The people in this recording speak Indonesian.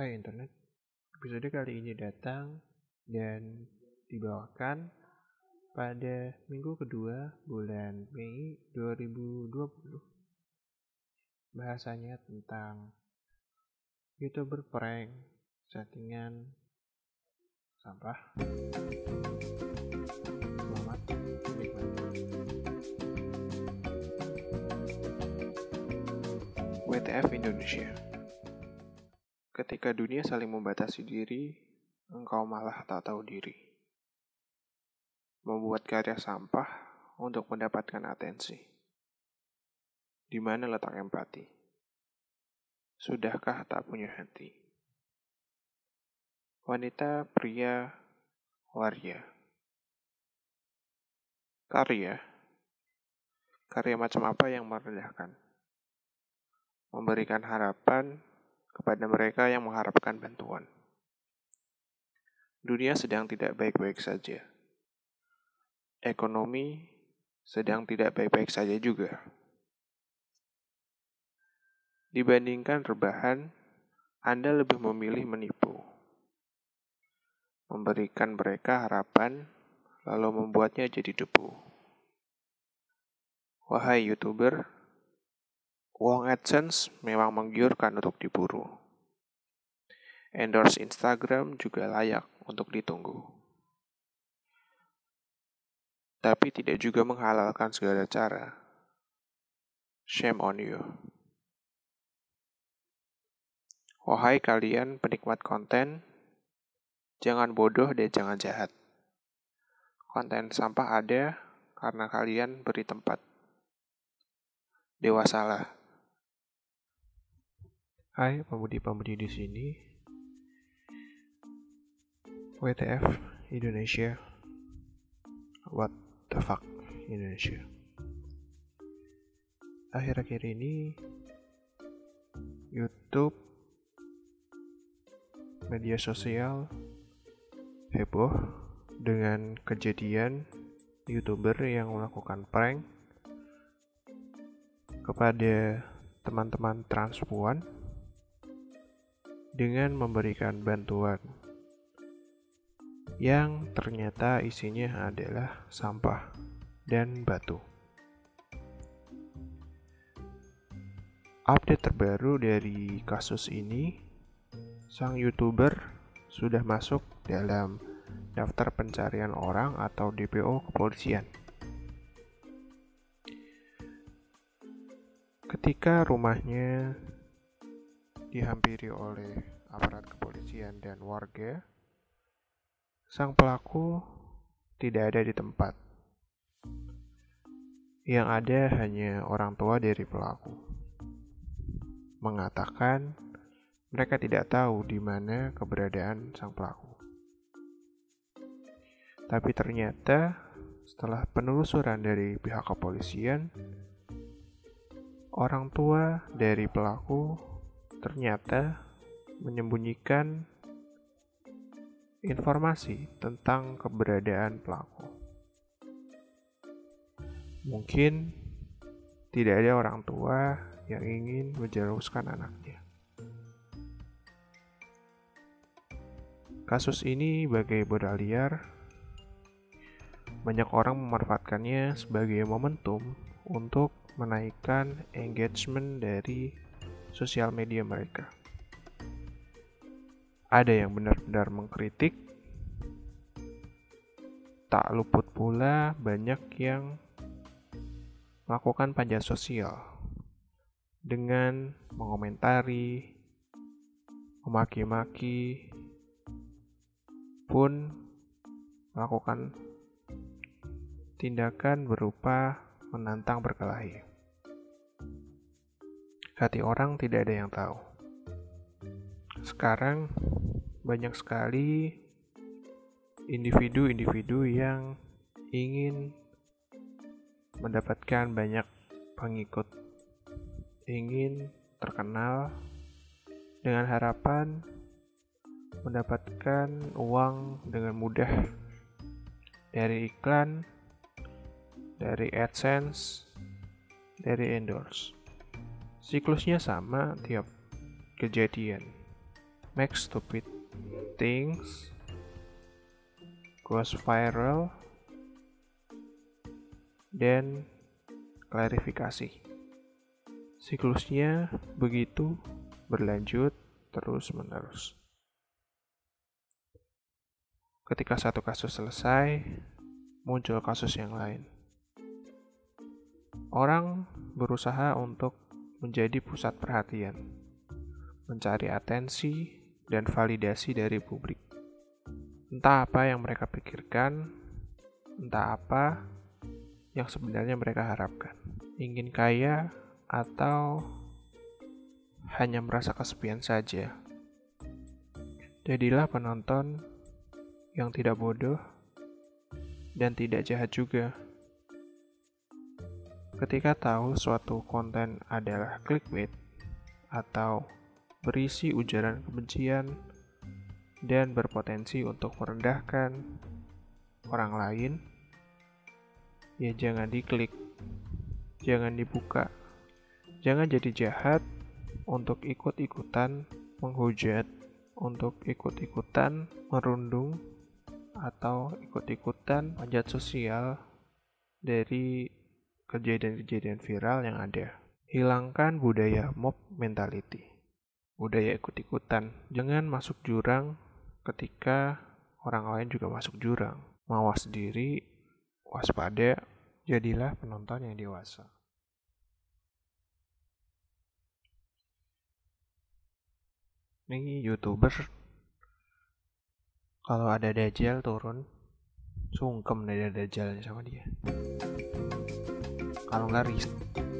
Hai internet, episode kali ini datang dan dibawakan pada minggu kedua bulan Mei 2020. Bahasanya tentang YouTuber prank settingan sampah. Selamat menikmati. WTF Indonesia. Ketika dunia saling membatasi diri, engkau malah tak tahu diri. Membuat karya sampah untuk mendapatkan atensi. Di mana letak empati? Sudahkah tak punya hati? Wanita, pria, waria. Karya macam apa yang merendahkan? Memberikan harapan kepada mereka yang mengharapkan bantuan. Dunia sedang tidak baik-baik saja. Ekonomi sedang tidak baik-baik saja juga. Dibandingkan rebahan, Anda lebih memilih menipu. Memberikan mereka harapan, lalu membuatnya jadi debu. Wahai YouTuber, uang AdSense memang menggiurkan untuk diburu. Endorse Instagram juga layak untuk ditunggu. Tapi tidak juga menghalalkan segala cara. Shame on you. Wahai kalian penikmat konten, jangan bodoh dan jangan jahat. Konten sampah ada karena kalian beri tempat. Dewasalah. Hai pemudi-pemudi di sini. WTF Indonesia. What the fuck Indonesia. Akhir-akhir ini YouTube, media sosial heboh dengan kejadian YouTuber yang melakukan prank kepada teman-teman transpuan dengan memberikan bantuan yang ternyata isinya adalah sampah dan batu. Update terbaru dari kasus ini, sang YouTuber sudah masuk dalam daftar pencarian orang atau DPO kepolisian. Ketika rumahnya dihampiri oleh aparat kepolisian dan warga, sang pelaku tidak ada di tempat. Yang ada hanya orang tua dari pelaku. Mengatakan mereka tidak tahu di mana keberadaan sang pelaku. Tapi ternyata setelah penelusuran dari pihak kepolisian, orang tua dari pelaku ternyata menyembunyikan informasi tentang keberadaan pelaku. Mungkin tidak ada orang tua yang ingin menjerumuskan anaknya. Kasus ini bagai bola liar. Banyak orang memanfaatkannya sebagai momentum untuk menaikkan engagement dari sosial media mereka. Ada yang benar-benar mengkritik, tak luput pula banyak yang melakukan panjat sosial dengan mengomentari, memaki-maki, pun melakukan tindakan berupa menantang berkelahi. Hati orang tidak ada yang tahu. Sekarang banyak sekali individu-individu yang ingin mendapatkan banyak pengikut, ingin terkenal dengan harapan mendapatkan uang dengan mudah dari iklan, dari AdSense, dari endorse. Siklusnya sama tiap kejadian. make stupid things, goes viral, dan klarifikasi. Siklusnya begitu berlanjut terus-menerus. Ketika satu kasus selesai, muncul kasus yang lain. Orang berusaha untuk menjadi pusat perhatian, mencari atensi dan validasi dari publik. Entah apa yang mereka pikirkan, entah apa yang sebenarnya mereka harapkan. Ingin kaya atau hanya merasa kesepian saja. Jadilah penonton yang tidak bodoh dan tidak jahat juga. Ketika tahu suatu konten adalah clickbait atau berisi ujaran kebencian dan berpotensi untuk merendahkan orang lain, ya jangan diklik, jangan dibuka, jangan jadi jahat untuk ikut-ikutan menghujat, untuk ikut-ikutan merundung, atau ikut-ikutan panjat sosial dari kejadian-kejadian viral yang ada. Hilangkan budaya mob mentality, budaya ikut-ikutan. Jangan masuk jurang ketika orang lain juga masuk jurang. Mawas diri, waspada, jadilah penonton yang dewasa. Ini YouTuber kalau ada Dajjal turun, sungkem dari Dajjalnya sama dia. Kalau nggak